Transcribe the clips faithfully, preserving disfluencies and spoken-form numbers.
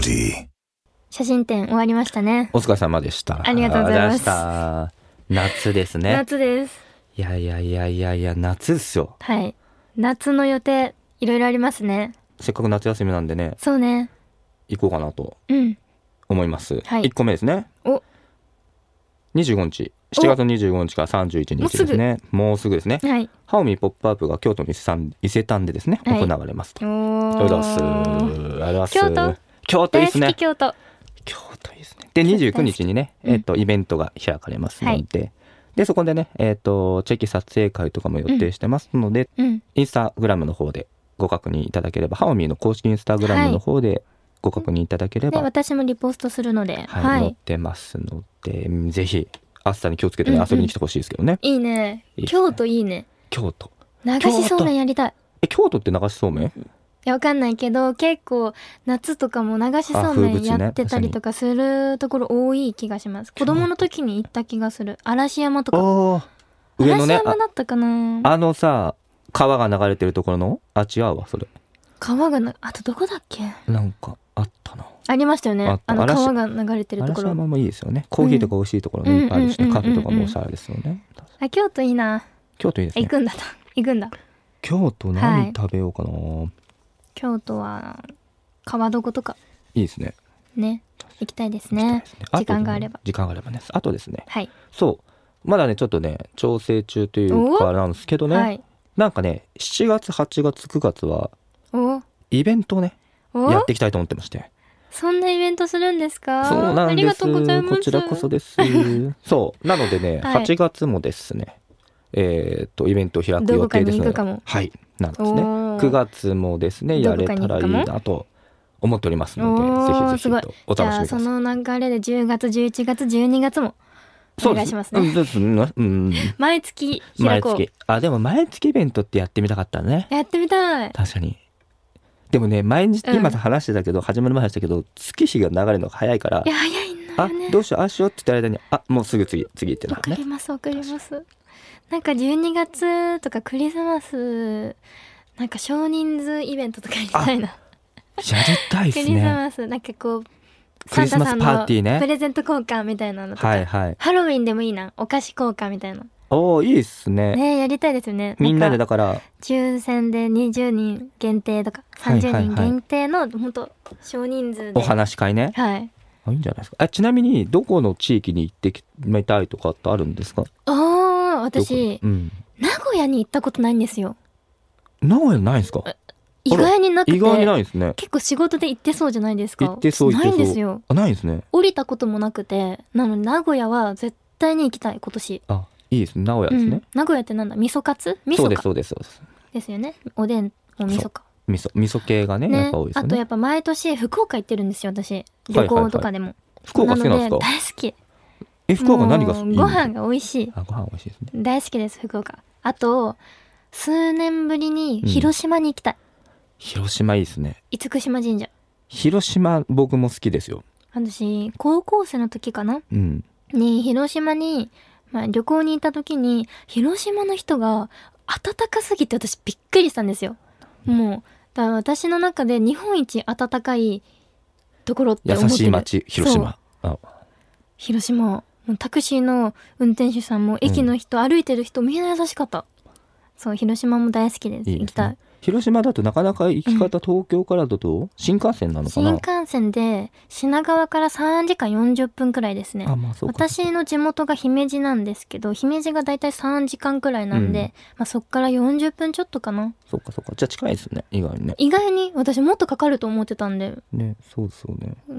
Melody。 写真展終わりましたね。 お疲れ様でした。 ありがとうございます。 夏ですね。 夏です。 いやいやいやいやいや夏ですよ。 はい。夏の予定いろいろありますね。 せっかく夏休みなんでね。 そうね。 行こうかなと思います。 はい、 いっこめですね。 お。 にじゅうごにち、しちがつにじゅうごにちからさんじゅういちにちですね。もうすぐですね。 はい。 ハオミポップアップが京都の伊勢丹でですね、はい、行われますと。 おー。ありがとうございます。 京都。 京都いいですね。 大好き京都。 京都いいですね。でにじゅうくにちにね、えっとイベントが開かれますので、はい、でそこでね、えっとチェキ撮影会とかも予定してますので、 うん、 インスタグラムの方でご確認いただければ、ハオミーの公式インスタグラムの方でご確認いただければ、 はい、私もリポストするので、 はいはい、載ってますので、ぜひ暑さに気をつけてね、うんうん、遊びに来てほしいですけどね。 いいね。いいね。京都いいね。 京都。 流しそうめんやりたい。 え、京都って流しそうめん？ いやわかんないけど、結構夏とかも流しそうめんやってたりとかするところ多い気がします。子供の時に行った気がする。嵐山とか。上のね、嵐山だったかな。 あのさ、川が流れてるところの、あ、違うわそれ。 川がな、あとどこだっけ？ なんかあったな。 ありましたよね。あ, あの川が流れてるところ。 嵐山もいいですよね。コーヒーとか美味しいところね、うん、いっぱいあるしね、カフェとかもおしゃれですよね。 あ、京都いいな。 京都いいですね。 行くんだと。行くんだ。 京都何食べようかな。はい、 京都は川床とかいいですね。 ね、行きたいですね。時間があれば。 時間があればね。あとですね。 はい。 そうまだねちょっとね調整中というかなんですけどね。はい、なんかねしちがつはちがつくがつはイベントをねやっていきたいと思ってまして。 そんなイベントするんですか？ そうなんです。 ありがとうございます。 こちらこそです。そうなのでね、はい、はちがつもですね、えー、っとイベントを開く予定ですので、はいなんですね。くがつもですねやれたらいいなと思っておりますので、ぜひぜひとお楽しみください。じゃあその流れでじゅうがつじゅういちがつじゅうにがつもお願いしますね。 そうですね。うん、 毎月開こう。 毎月。あでも毎月イベントってやってみたかったね。 やってみたい。 確かに。でもね毎日、今話してたけど、うん、始まる前話したけど月日が流れるのが早いから、 いや早いんだよね。 あどうしようああしようって言った間にあもうすぐ次次ってなるね。 わかりますわかります。なんかじゅうにがつとかクリスマスなんか少人数イベントとかやりたいな。 やりたいですね。 クリスマスなんかこうクリスマスパーティーね。 プレゼント交換みたいなのとか、 はいはい、 ハロウィンでもいいな、お菓子交換みたいな。 おーいいっすね。 ねやりたいですよね。 みんなでだから抽選でにじゅうにん限定とかさんじゅうにん限定の本当少人数でお話し会ね。 はいあいいんじゃないですか。あちなみにどこの地域に行ってみたいとかってあるんですか？ ああ私、うん、名古屋に行ったことないんですよ。 名古屋ないんですか？ 意外になくて。 意外にないですね。 結構仕事で行ってそうじゃないですか。 行ってそう行ってそう。 ないんですよ。 あないですね。 降りたこともなくて、なので名古屋は絶対に行きたい今年。 あいいですね名古屋ですね、うん、 名古屋ってなんだ味噌カツ味噌か。 そうですそうですそうですですよね。おでんお味噌か。 味噌味噌系が ね, ねやっぱ多いですよね。 あとやっぱ毎年福岡行ってるんですよ私。旅行とかでも、はいはいはい、 福岡好きなんですか？ 大好き。 え福岡何が好き？ ご飯が美味しい。 あご飯美味しいですね。 大好きです福岡。あと数年ぶりに広島に行きたい、うん、 広島いいですね。 厳島神社。 広島僕も好きですよ。 私高校生の時かな、 うん、 に広島に、まあ、旅行に行った時に広島の人が暖かすぎて私びっくりしたんですよ。もうだから私の中で日本一暖かいところって思ってる。優しい街広島。あ広島もうタクシーの運転手さんも駅の人、うん、歩いてる人みんな優しかった。そう広島も大好きです。いいですね、行きたい。 広島だとなかなか行き方、うん、東京からだと新幹線なのかな。 新幹線で品川からさんじかんよんじゅっぷんくらいですね。 あ、まあ、そうか私の地元が姫路なんですけど姫路がだいたいさんじかんくらいなんで、うんまあ、そっからよんじゅっぷんちょっとかな。 そっかそっかじゃあ近いですね意外にね。 意外に私もっとかかると思ってたんでね。そうそうね。 うん、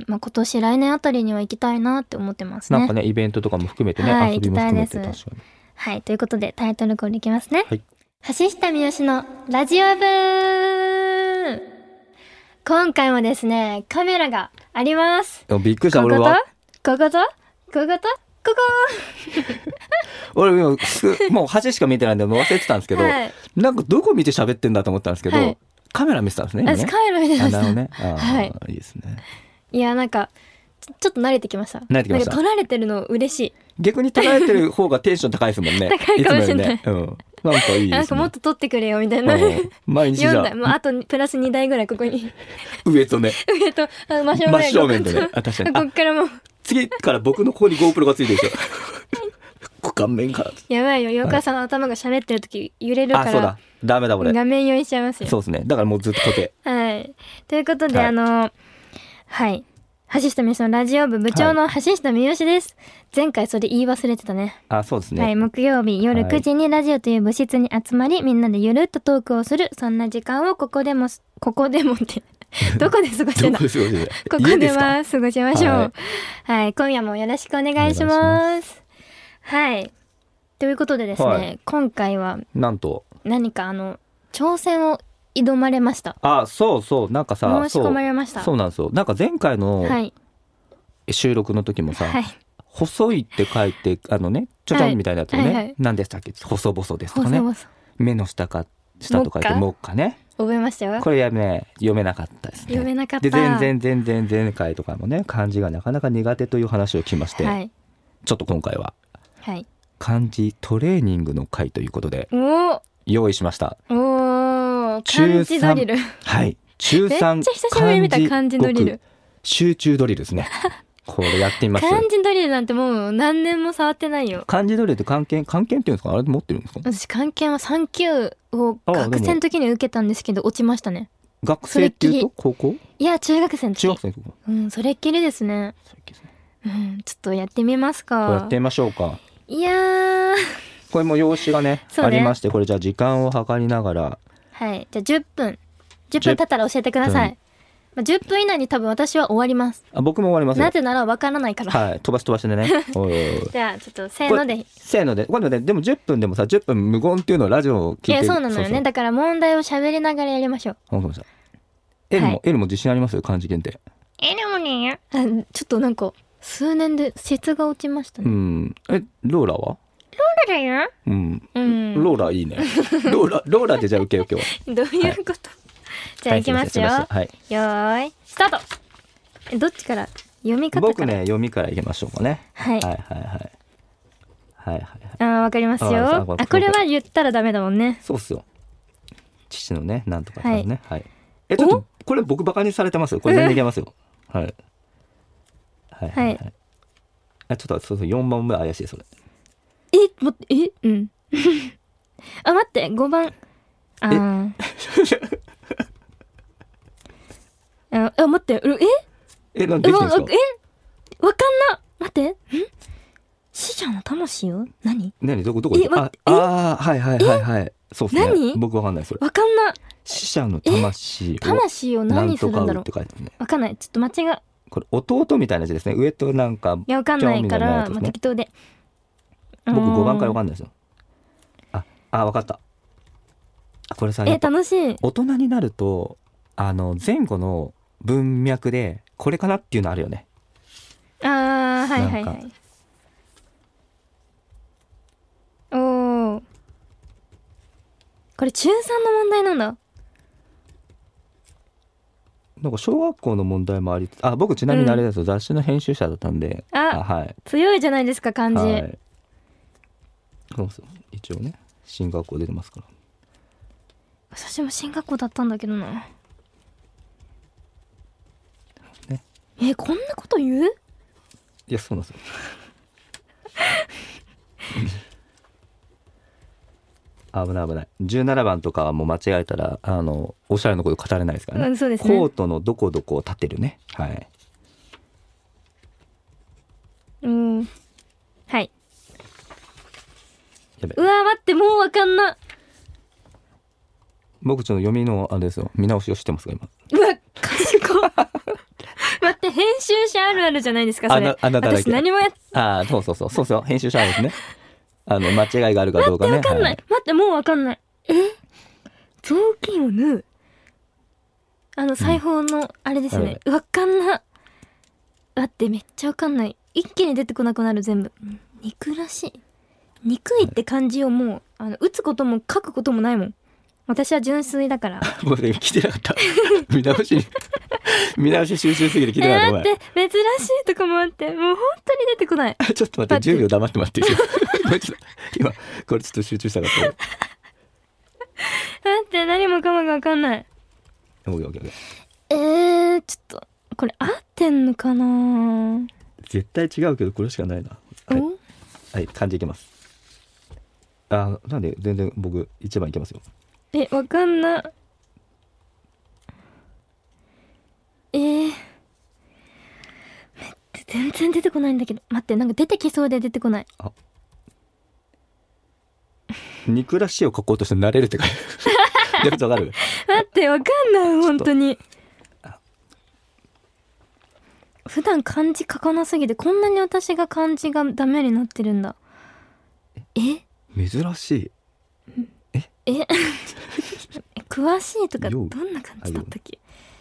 まあ、今年来年あたりには行きたいなって思ってますね。 なんかねイベントとかも含めてね、 はい、 遊びも含めて行きたいです。 確かに。 はいということでタイトルコールいきますね。 はい。 橋下三好のラジオ部。今回もですねカメラがあります。 びっくりした俺は。 こことこことこことここ俺もうもう橋しか見てないんで忘れてたんですけど、はい、なんかどこ見て喋ってんだと思ったんですけど、はい、カメラ見てたんですね。 私カメラ見てました。 あなるほどね。あ、はい、いいですね。 いやなんかちょっと慣れてきました。 慣れてきました。 なんか撮られてるの嬉しい。 逆に撮られてる方がテンション高いですもんね。 高いかもしれない。 いつもよりね、うんなんかいいですね。 なんかもっと撮ってくれよみたいな。 毎日じゃよんだい、もうあとプラスにだいぐらいここに。 上とね。 上とあの真正面。 真正面でね。確かに。 こっからもう。 次から僕のここに GoPro がついてるでしょ。股間面から。 やばいよ、ヨーカーさんの頭が喋ってる時揺れるから。 あ、そうだ。ダメだこれ。 画面用意しちゃいますよ。 そうですね。だからもうずっと固定。 はい。ということで、はい、あのはい。橋下美代のラジオ部部長の橋下美代です、はい、前回それ言い忘れてたね。 あ、そうですね。 はい、木曜日夜くじにラジオという部室に集まり、はい、みんなでゆるっとトークをする、そんな時間をここでもここでもってどこで過ごしてんのここでは過ごしましょう。はい、はい、今夜もよろしくお願いします。はい。ということでですね、はい、今回はなんと何かあの挑戦を挑まれました。 あ、そうそう、なんかさ、 申し込まれました。 そう、そうなんですよ。なんか前回の収録の時もさ、はい、細いって書いてあのね、ちょちょんみたいなやつをね、はいはいはい、何でしたっけ、細々ですとかね、細々目の下か下とか言ってもっかね。 覚えましたよ。 これやね、読めなかったですね。 読めなかった。 で全然全然前回とかもね、漢字がなかなか苦手という話を聞きまして、はい、ちょっと今回は、はい、漢字トレーニングの回ということで用意しました。 お漢字ドリル。 はい。中さんめっちゃ久しぶりに見た漢字ドリル。 集中ドリルですね。これやってみますよ。 漢字ドリルなんてもう何年も触ってないよ。 漢字ドリルって漢検漢検っていうんですか、あれ持ってるんですか。 私漢検はさん級を学生の時に受けたんですけど落ちましたね。 学生っていうと高校？いや中学生の時。 中学生の時。 うん、それっきりですね。それっきりですね。うん、ちょっとやってみますか。 やってみましょうか。 いやー。これも用紙が ね, ねありまして、これじゃあ時間を計りながら。 はい、じゃあじゅっぷんじゅっぷん経ったら教えてください。まあ、じゅっぷん以内に多分私は終わります。 あ、僕も終わりますよ。 なぜならわからないから。 はい、飛ばし飛ばしでね。おいおいじゃあちょっとせーので。 せーので。今度ね、でもじゅっぷんでもさ、じゅっぷん無言っていうのをラジオを聞いて。いや、そうなのよね。そうそう、だから問題を喋りながらやりましょう。 わかりました。L も、はい、L も自信ありますよ、漢字検定。 L もね。あ、ちょっとなんか数年で質が落ちましたね。 うん。え、ローラは？ ローラだよ。 うん。うん、ローラいいね。ローラ、ローラでじゃあ受けよう今日は。 どういうこと？はい、じゃあ行きますよ。はい、よーいスタート。え、どっちから読み方から？ 僕ね、読みからいきましょうかね。 はいはいはいはいはいはい。 あー、わかりますよ。あ、これは言ったらダメだもんね。 そうっすよ。父のね、なんとかね、はい、はい。え、ちょっとこれ僕バカにされてますよ。これ全然いけますよ。はいはいはいはい。あ、ちょっとそうそう、よんばんめ怪しいそれ。 え、待って、え、うんあ、待って、ごばん。あーあ、あ、待って、ええ、なんでできてんですか？ え、わかんな。待って、ん死者の魂よ。何何どこどこ？ああ、はいはいはいはい。そうですね。何？僕わかんないそれ。 わかんな。 死者の魂を魂を何するんだろう。わかんない。ちょっと間違い。 これ弟みたいな字ですね。上となんか。 いや、わかんないから、まあ、適当で。 僕ごばんからわかんないですよ。あ、あ、わかった。これさ、 え、楽しい。 大人になると、あの前後の文脈でこれかなっていうのあるよね。 ああ、はいはいはい。おお。これ中さんの問題なんだ。 なんか小学校の問題もあり、あ、僕ちなみにあれですよ、うん、雑誌の編集者だったんで。 あ、 あ、はい。 強いじゃないですか漢字。はい、 そうそう、一応ね、進学校出てますから。 私も進学校だったんだけどな。ね、え、こんなこと言う？ いや、そうなんですよ。危ない危ない。じゅうななばんとかはもう間違えたら、あのおしゃれなこと語れないですからね。 うん、そうですね。 コートのどこどこを立てるね。はい。 うん。はい。やべ。うわ、待って、もうわかんな。 僕ちょっと読みのあれですよ、見直しをしてますが今。 うわ、賢い。待って、編集者あるあるじゃないですかそれ。 あなただけ。 私何もやっ。 ああ、そうそうそうそうそう、編集者あるですね。あの間違いがあるかどうかね。 待って、わかんない、はい、待って、もうわかんない。え、雑巾を縫う、あの裁縫のあれですね、うん、わかんな。待って、めっちゃわかんない。一気に出てこなくなる全部。憎らしい。憎いって漢字をもうあの打つことも書くこともないもん。私は純粋だから。 もうね、来てなかった。見直し見直し集中すぎて来てなかった。 えー、待って、珍しいとかもあって、もう本当に出てこない。 ちょっと待って、じゅうびょう黙って待っていいですよ。今これちょっと集中したかった。 待って、何もかもがわかんない。 オッケーオッケーオッケー。 えー、ちょっとこれ合ってんのかな。 絶対違うけどこれしかないな。はい、はい、漢字いきます。あ、なんで全然僕一番いけますよ。 え、わかんな。えー、全然出てこないんだけど。待って、なんか出てきそうで出てこない。あ、 憎らしいを書こうとして慣れるって書いてある。やつわかる？ 待って、わかんない本当に。普段漢字書かなすぎてこんなに私が漢字がダメになってるんだ。え？ 珍しい。 え？え？詳しいとかどんな感じだったっけ？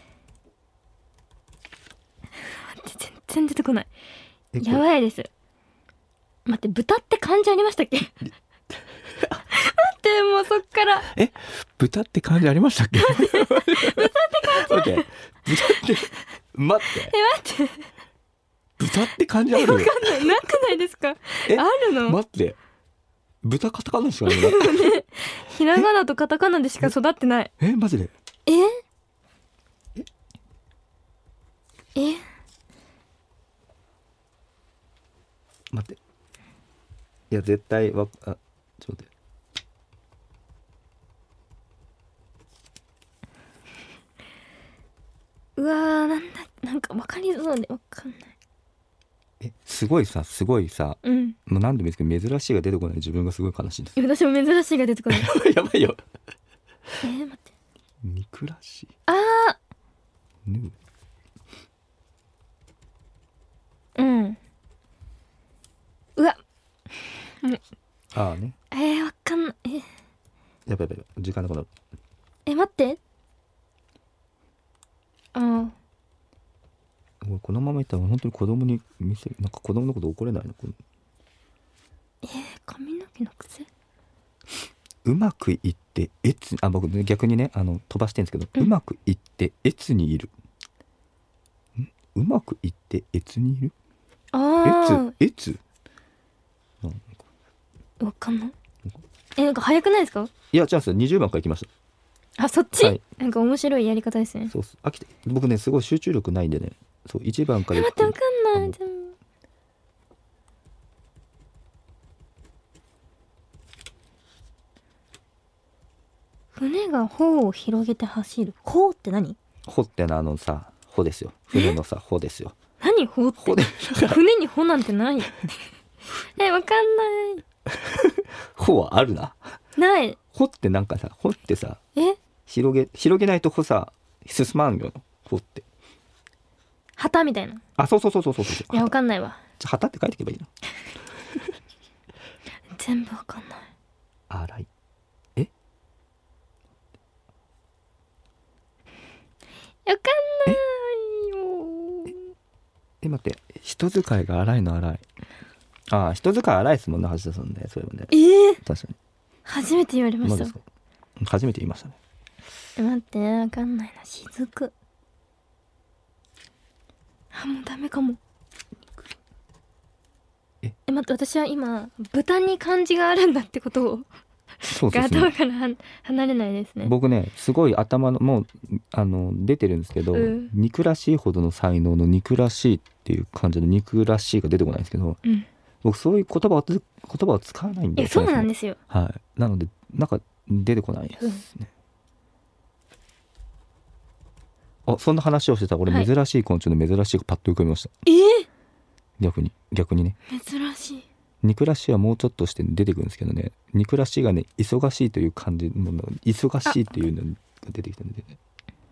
待って、全然出てこない。やばいです。待って、豚って漢字ありましたっけ？待って、もうそっから。 え、豚って漢字ありましたっけ？豚って漢字。オッケー。豚って待って。 え、待って。 豚って漢字あるよ。 わかんない。なくないですか？あるの？ 待って。豚カタカナしかない。 ね、ひらがなとカタカナでしか育ってない。 え、マジで？ え？え？え？ 待って。いや絶対わ、あ、ちょっと待って。 うわー、なんだ、なんか分かりそうで分かんない。 え、すごいさ、すごいさ、 うん、 もう何でもいいですけど珍しいが出てこない自分がすごい悲しいです。 私も珍しいが出てこない。 やばいよ。 えー、待って。 憎らしい。 あー。 ぬ。 うん。うわ。もう。 ああね。 えー、わかんない。え。 やばいやばい、時間なくなる。 え、待って。ああ。 このままいったら本当に子供に見せる、なんか子供のこと怒れないの？ えー、髪の毛の癖？ うまくいってえつ、あ、僕逆にね、あの飛ばしてるんですけど、うん、うまくいってえつにいる。ん、うまくいってえつにいる。 ああ。 えつ、えつ。 わかんない。え、なんか早くないですか？ いや、チャンスにじゅうばんからいきました。 あ、そっち、はい、なんか面白いやり方ですね。 そうっす。飽きて、僕ねすごい集中力ないんでね、そういちばんから。 待って、わかんない。でも船が帆を広げて走る。帆って何？ 帆ってのあのさ、帆ですよ。船のさ、帆ですよ。 何帆って？帆で船に帆なんてない。え、わかんない。 帆はあるな。 ない。 帆ってなんかさ、帆ってさ、 え、 広げ広げないと帆さ進まんよ。帆って旗みたいな。 あ、そうそうそうそうそうそう。 いや、わかんないわ。 じゃ旗って書いてけばいいの。 全部わかんない。 荒い。え、 わかんないよ。 ええ、待って、人使いが荒いの荒い。ああ、人使い荒いですもんね、橋田さんね。そういえばね。 えー、 確かに初めて言われました。 初めて言いましたね。 待って、わかんないな。雫。あ、もうダメかも。ええ、待って、私は今豚に漢字があるんだってことをそうですね、頭からは離れないですね。 僕ねすごい頭のもうあの出てるんですけど、うん、憎らしいほどの才能の憎らしいっていう感じの憎らしいが出てこないんですけど、うん、僕そういう言葉を言葉を使わないんで。 そうなんですよ。 はい。なのでなんか出てこないですね。うん、あ、そんな話をしてた俺、はい、珍しい昆虫の珍しいがパッと浮かびました。 えー、 逆に逆にね。 珍しい。 憎らしいはもうちょっとして出てくるんですけどね、憎らしいがね忙しいという感じの忙しいっていうのが出てきたんでね。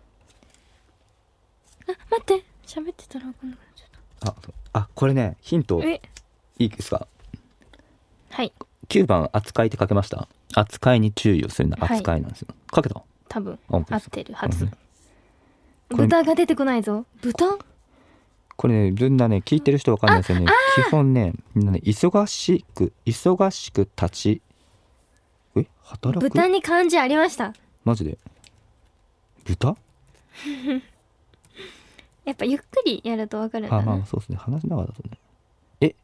あ、待って、喋ってたら分かんなくなっちゃった。 ああ、これねヒントいいですか？ はい。 きゅうばん扱いって書けました？扱いに注意をするの扱いなんですよ、はい、書けた？ 多分合ってるはず、うん、豚が出てこないぞ。豚これね、みんなね聞いてる人わかんないですよね。基本ねみんなね忙しく忙しく立ちえ働く。 豚に漢字ありました。 マジで？豚？ やっぱゆっくりやるとわかるんだな。 ああ、そうですね。話しながらだとね。え？い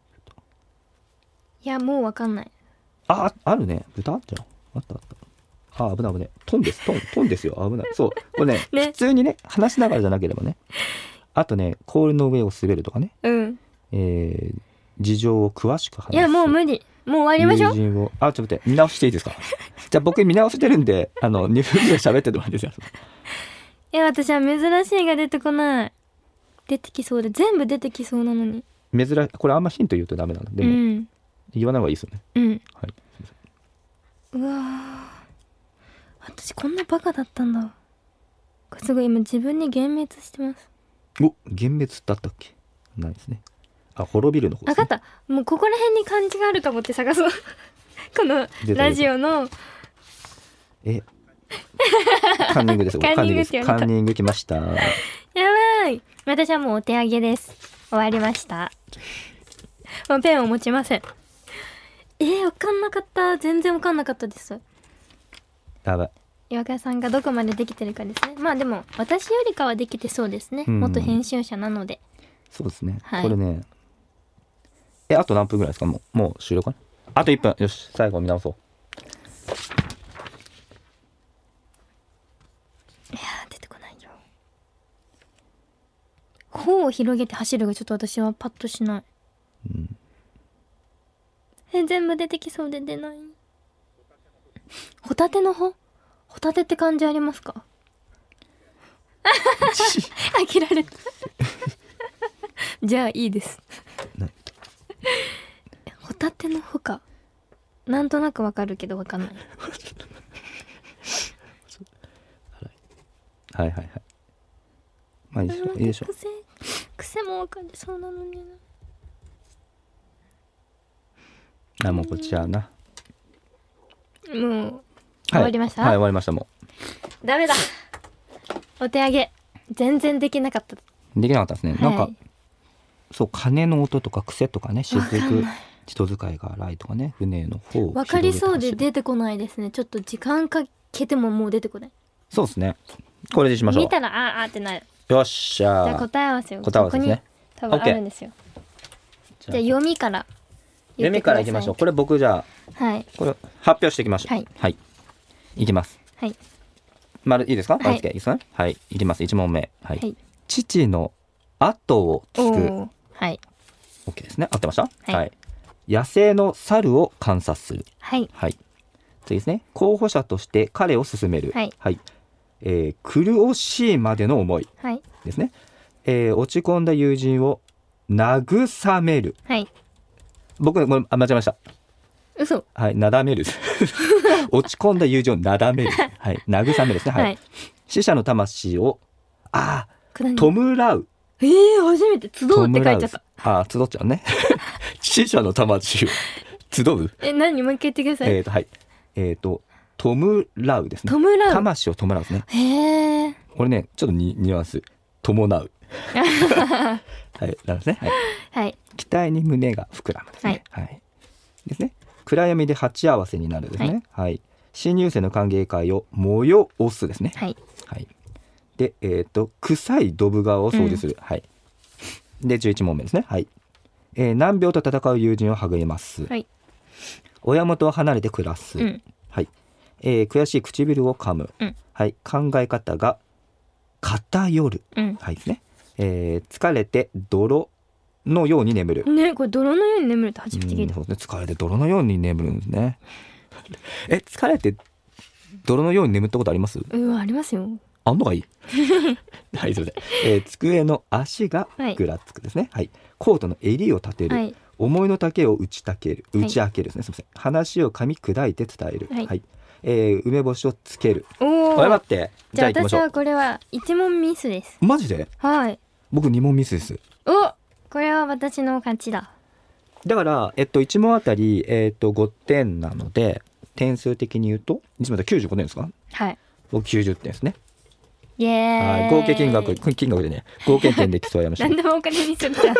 や、もうわかんない。 あ、あるね。豚あったよ。あったあった。 あ、危ない危ない。トンです。トン、トンですよ。危ない。そう。これね、ね普通にね、話しながらじゃなければね。あとね、コールの上を滑るとかね。 うん。 えー、事情を詳しく話す。 いや、もう無理。もう終わりましょう。 友人を、あ、ちょっと待って、見直していいですか。じゃあ僕見直してるんで、あの、にふんぐらい喋っててもらっていいですか。 いや、私は珍しいが出てこない。出てきそうで、全部出てきそうなのに。 珍しい、これあんまヒント言うとダメなので、でも、うん、言わない方がいいですよね。 うん。 はい。 うわー、私こんなバカだったんだ。すごい今自分に幻滅してます。 お、幻滅だったっけ。ないですね。あ、滅びるの方ですね。 分かった。もうここら辺に漢字があるかもって探そう。このラジオのえカンニングです。カンニングです。カンニング来ました。やばい。私はもうお手上げです。終わりました。もうペンを持ちません。えー、分かんなかった。全然分かんなかったです。 やばい。 岩倉さんがどこまでできてるかですね。まあでも私よりかはできてそうですね。元編集者なので。 そうですね、はい、これね、え、あと何分ぐらいですか。もう、もう終了かな。あといっぷん。よし、最後見直そう。 いやー、出てこないよ。頬を広げて走るがちょっと私はパッとしない、うん、え、全部出てきそうで出ない。ホタテの穂、ホタテって漢字ありますか。飽きられた。じゃあいいです。ホタテの穂か。なんとなくわかるけどわかんない。 はいはいはい。まあいいでしょ。いいでしょ。 癖、癖もわかりそうなのにな。あ、もうこっちはな。 もう終わりました。 はい、はい、終わりました。もうダメだ。お手上げ全然できなかった。 できなかったですね。はい、なんかそう、鐘の音とか癖とかね、雫、人使いが荒いとかね、船の方。 わかりそうで出てこないですね。ちょっと時間かけてももう出てこない。 そうですね。これでしましょう。 見たらあーあーってなる。 よっしゃー。 じゃあ答え合わせを。 答え合わせですね。 多分あるんですよ。じゃあ読みから読みからいきましょう。これ僕じゃあ、はい、 これ発表していきましょう。はい、はい、いきます。 はい、 丸いいですか。はい、いいですか。はい、いきます。一問目。はい、はい、父の後をつく。 はい、 OK ですね。合ってました。はい、はい、 野生の猿を観察する。 はい、 はい、次ですね。候補者として彼を進める。 はい、 はい、えー、苦しいまでの思い。 はい、 ですね。えー、落ち込んだ友人を慰める。 はい、 僕も間違えました。 嘘。 はい、なだめる。落ち込んだ友人をなだめる。はい、慰めですね。はい。はい、死者の魂をあー弔う。 えー、初めて集うって書いちゃった。 あ、集っちゃうね。死者の魂を集う。 え、何、もう一回言ってください。 えっ、ー、とはい。えっ、ー、と弔うですね。 弔う。 魂を弔うですね。 へえ。 これね、ちょっとニュアンス。伴う。はい、なんですね。はい。 はい、 期待に胸が膨らむですね。はい。はい、ですね。暗闇で鉢合わせになるですね。はい。はい、新入生の歓迎会を催すですね。 はい。 はい。で、えっ、ー、と臭いドブ川を掃除する。うん、はい。でじゅういち問目ですね。はい。えー、難病と戦う友人を励ます。はい。親元を離れて暮らす。うん、はい。えー、悔しい唇を噛む。うん、はい。考え方が偏る。うん、はいですね。えー、疲れて泥のように眠る。 ね、これ泥のように眠るって初めて聞いた。 そうですね、疲れて泥のように眠るんですね。え、疲れて泥のように眠ったことあります？ うん、ありますよ。 あんのがいい。はい、すみません。えー、机の足がぐらつくですね。はい。コートの襟を立てる。はい、思いの丈を打ちたける、打ち明けるですね。はい、すみません。話を噛み砕いて伝える。はい。はい、えー、梅干しをつける。おお。頑張って。 じゃあ行きましょう。じゃあ私はこれは一問ミスです。 マジで？ はい。 僕二問ミスです。 お、これは私の勝ちだ。 だからえっといち問あたりえっとごてんなので点数的に言うといつもだきゅうじゅうごてんですか？はい。僕きゅうじゅってんですね。 イエーイ。 はい、合計金額金額でね合計点で競いましょう。 何でもお金にするじゃん。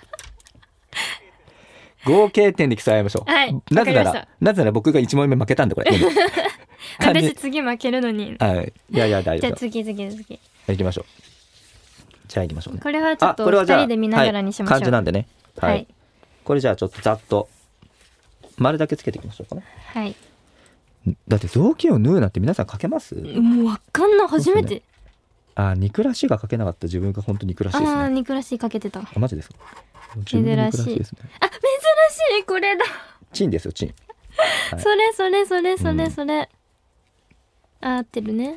合計点で競いましょう。 はい。 なぜならなぜなら僕がいち問目負けたんでこれ。 私次負けるのに。 はい。いやいや大丈夫。 じゃあ次次次。 行きましょう。じゃあ行きましょうね。 これはちょっとふたりで見ながらにしましょう。 はい、漢字なんでね。はい。はい、これじゃあちょっとざっと丸だけつけていきましょうかね。 はい。 だって雑巾を縫うなんて皆さん書けます？ もうわかんない、初めて。 あ、憎らしいが書けなかった自分が本当に憎らしいですね。 あ、憎らしい書けてた。 あ、マジですか？ 珍しい。珍しいですね。あ、珍しい、これだ。 チンですよ、チン。 はい、それそれそれそれそれ、うん、合ってるね。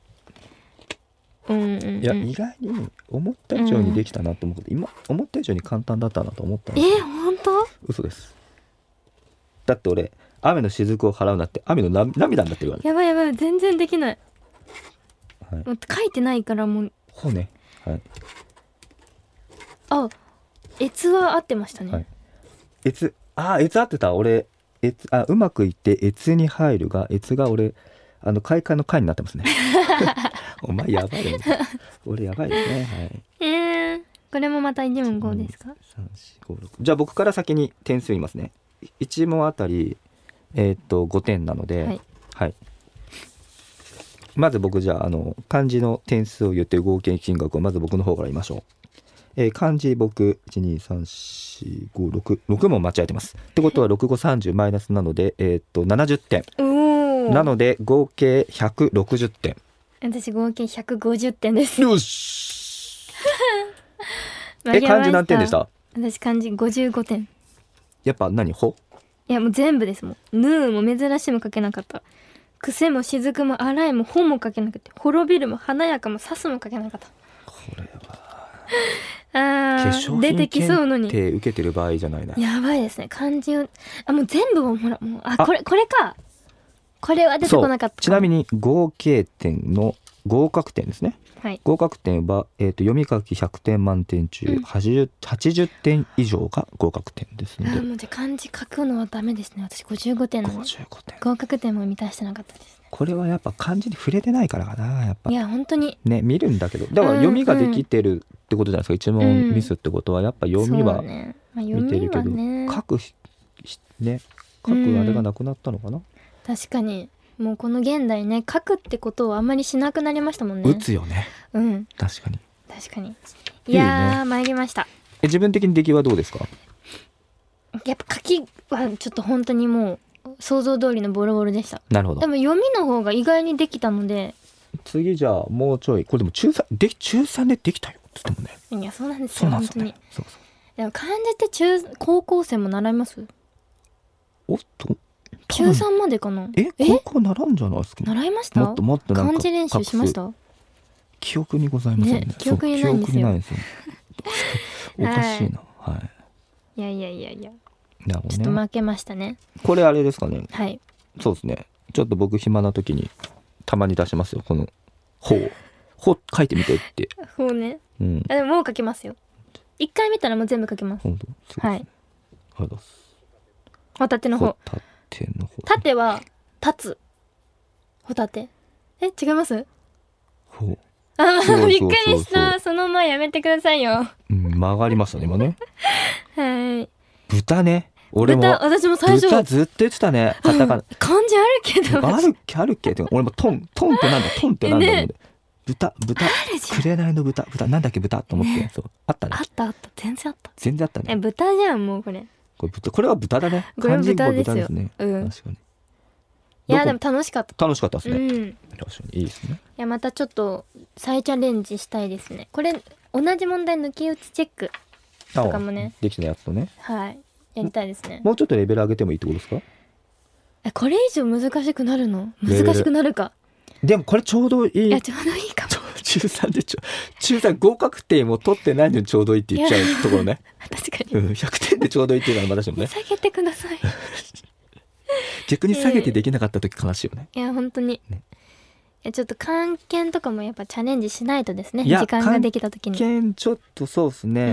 うんうんうん、 いや意外に思った以上にできたなと思って、うん、今思った以上に簡単だったなと思ったんです。 えー、本当？ 嘘です。だって俺雨の雫を払うなって雨の涙になってるから。 やばいやばい、全然できない。 はい、 もう書いてないからもう。 ほうね。はい。 あ、えつは合ってましたね。はい、 えつ、あ、えつ合ってた。俺えつ、あ、うまくいってえつに入るが、えつが俺あの開会の会になってますね。お前やばいよ、ね。俺やばいですね。はい。 えー、これもまたいち問ごですか？ さん、よん、ご、ろく。じゃあ僕から先に点数言いますね。いち問あたりえー、っとごてんなので、はい、はい、まず僕じゃあ、あの漢字の点数を言って合計金額をまず僕の方から言いましょう。えー、漢字僕いちにさんしごろくろく問間違えてます。ってことはろくごさんじゅうマイナスなので、えー、っとななじゅってんなので合計ひゃくろくじゅってん。 私合計ひゃくごじゅってんです。 よしえ、漢字何点でした？ 私漢字ごじゅうごてん。 やっぱ何？ほ？ いやもう全部ですもん。ぬーも珍しいも書けなかった。癖も雫も荒いもほも書けなくて、滅びるも華やかもさすも書けなかった。 これはあー出てきそうのに化粧品検定受けてる場合じゃないな。 やばいですね。漢字をあもう全部をほらもうあこれこれか。これは出てこなかった。 ちなみに合計点の合格点ですね。 はい、 合格点は、えー、と読み書きひゃくてん満点中、うん、はちじゅう, はちじゅってん以上が合格点ですので。 あもうじゃ漢字書くのはダメですね。私ごじゅうごてんなのでごじゅうごてん合格点も満たしてなかったですね。 これはやっぱ漢字に触れてないからかな。やっぱいや本当にね見るんだけど、だから読みができてるってことじゃないですか、うん、一問ミスってことはやっぱ読みは見てるけど、ねまあ、書くね書くあれがなくなったのかな、うん、 確かにもうこの現代ね書くってことをあんまりしなくなりましたもんね。 打つよね。 うん確かに確かに。いやー、ね、参りました。 え自分的に出来はどうですか？ やっぱ書きはちょっと本当にもう想像通りのボロボロでした。 なるほど。 でも読みの方が意外にできたので、 次じゃあもうちょいこれでも中さんで中さんでできたよって言ってもね。いやそうなんですよ。 そうなんですよね、 本当に。 そうそうでも漢字って中高校生も習います？ おっと中さんまでかな。 え高校習うんじゃないですか？ 習いました？ もっともっとなんか漢字練習しました？ 記憶にございませんね。 ね記憶にないんですよ。 記憶にないですよおかしいな。はい、 いやいやいやいや、 なるほどね、 ちょっと負けましたね。 これあれですかね。 はい、 そうですね。ちょっと僕暇な時にたまに出しますよ。このほうほう書いてみてってほうね、 うん、 でももう書けますよ。一回見たらもう全部書けます。 本当ですね。はい、ありがとうございます。 ホタテの方。 ホタテの方。 縦は立つホタテ。え違います？ ほうあーびっくりした。その前やめてくださいよ。 うん、曲がりましたね今ね。 はい。 豚ね。俺も豚私も最初豚ずっと言ってたね。カタカナ、うん、 漢字あるけどあるっけあるっけって俺もトントンってなんだトンってなんだろう、ね、豚豚紅の豚豚なんだっけ豚と思って、ね、そうあったね。 あったあった全然あった全然あったね。 え豚じゃんもうこれ。 これ豚これは豚だね。 これは豚ですよ。 ですね、 うん、 確かに。 いやでも楽しかった。 楽しかったですね、うん、確かにいいですね。 いやまたちょっと再チャレンジしたいですね。これ同じ問題抜き打ちチェックとかもねできたやつとね、 はいやりたいですね。 もうちょっとレベル上げてもいいってことですか？ えこれ以上難しくなるの？難しくなるか。 でもこれちょうどいい。 いやちょうどいいかも。 中さんでちょ中さん合格点も取ってないのにちょうどいいって言っちゃうところね。 確かに、 うん、ひゃくてんでちょうどいいっていうのは私もね。 下げてください。 逆に下げてできなかった時悲しいよね。 いや本当に、ね、いやちょっと漢検とかもやっぱチャレンジしないとですね。時間ができた時に漢検ちょっとそうですね、うん、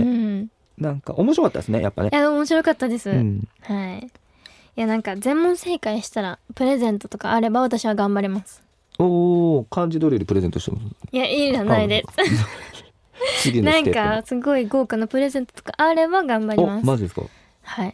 なんか面白かったですねやっぱね。 いや面白かったです、うん、はい。いやなんか全問正解したらプレゼントとかあれば私は頑張れます。 おお漢字ドリルプレゼントしてもいやいいじゃないです次のステップなんかすごい豪華なプレゼントとかあれば頑張ります。 おマジですか？ はい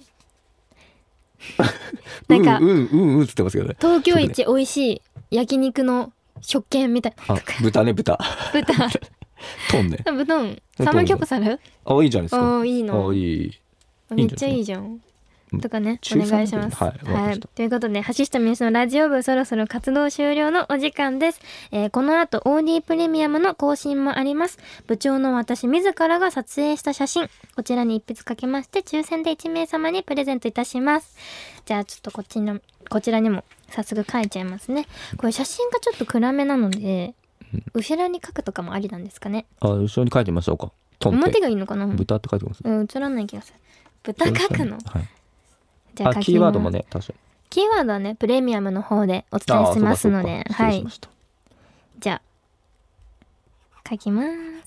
なんかうんうんうんうんつってますけどね。 東京一美味しい焼肉の食券みたいな。 あ豚ね豚豚トンね豚ンサムギョプサル。 あいいじゃないですか。 あいいの。 あいいめっちゃいいじゃん。 とかね、お願いします。はい、はい、ということで、橋下美由のラジオ部そろそろ活動終了のお時間です。えー、この後 オーディー プレミアムの更新もあります。部長の私自らが撮影した写真、こちらに一筆かけまして抽選でいちめいさまにプレゼントいたします。じゃあちょっとこっちのこちらにも早速書いちゃいますね。これ写真がちょっと暗めなので、うん、後ろに書くとかもありなんですかね。 あ、後ろに書いてみましょうか。 表がいいのかな。 豚って書いてます。 うん、映らない気がする。豚書くの。 はい。じゃあ、キーワードもね、確かに。 キーワードはね、プレミアムの方でお伝えしますので、はい。じゃあ、書きます。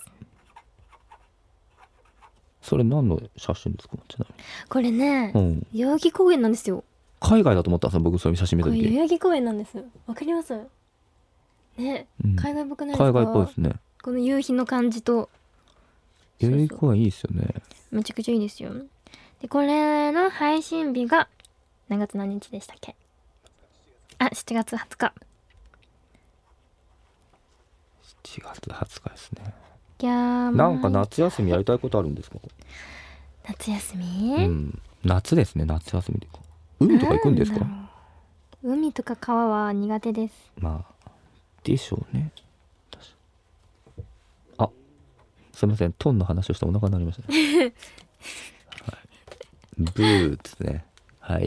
それ何の写真ですか？ちなみに。 これね、うん、代々木公園なんですよ。 海外だと思ったんですよ、僕そういう写真見た時。 代々木公園なんです。わかります？ね、うん、海外っぽくないですか？ 海外っぽいですね。 この夕日の感じと。 代々木公園いいですよね。 めちゃくちゃいいですよ。で、これの配信日が何月何日でしたっけ？あ、しちがつはつか。 しちがつはつかですね。 いやー、 なんか夏休みやりたいことあるんですか？ 夏休み？ うん、夏ですね。夏休みで海とか行くんですか？ 海とか川は苦手です。 まあでしょうね。あ、すみません、トンの話をしてお腹になりましたね。はい、ブーですね。はい。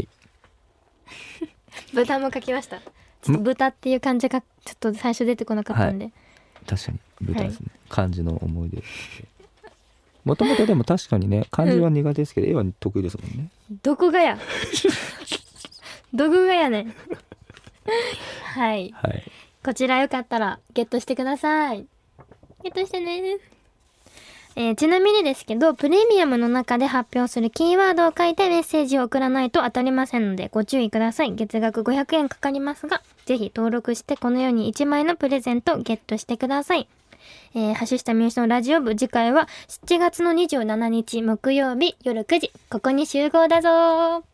豚も書きました。ちょっと豚っていう漢字がちょっと最初出てこなかったんで。はい、 確かに豚ですね。はい、漢字の思い出。もともとでも確かにね、漢字は苦手ですけど、うん、絵は得意ですもんね。 どこがや。どこがやねん。はい。はい。こちらよかったらゲットしてください。ゲットしてね。えー、ちなみにですけど、プレミアムの中で発表するキーワードを書いてメッセージを送らないと当たりませんのでご注意ください。月額ごひゃくえんかかりますが、ぜひ登録してこのようにいちまいのプレゼントをゲットしてください。えー、橋下美由のラジオ部、次回はしちがつのにじゅうしちにち木曜日夜くじ、ここに集合だぞー。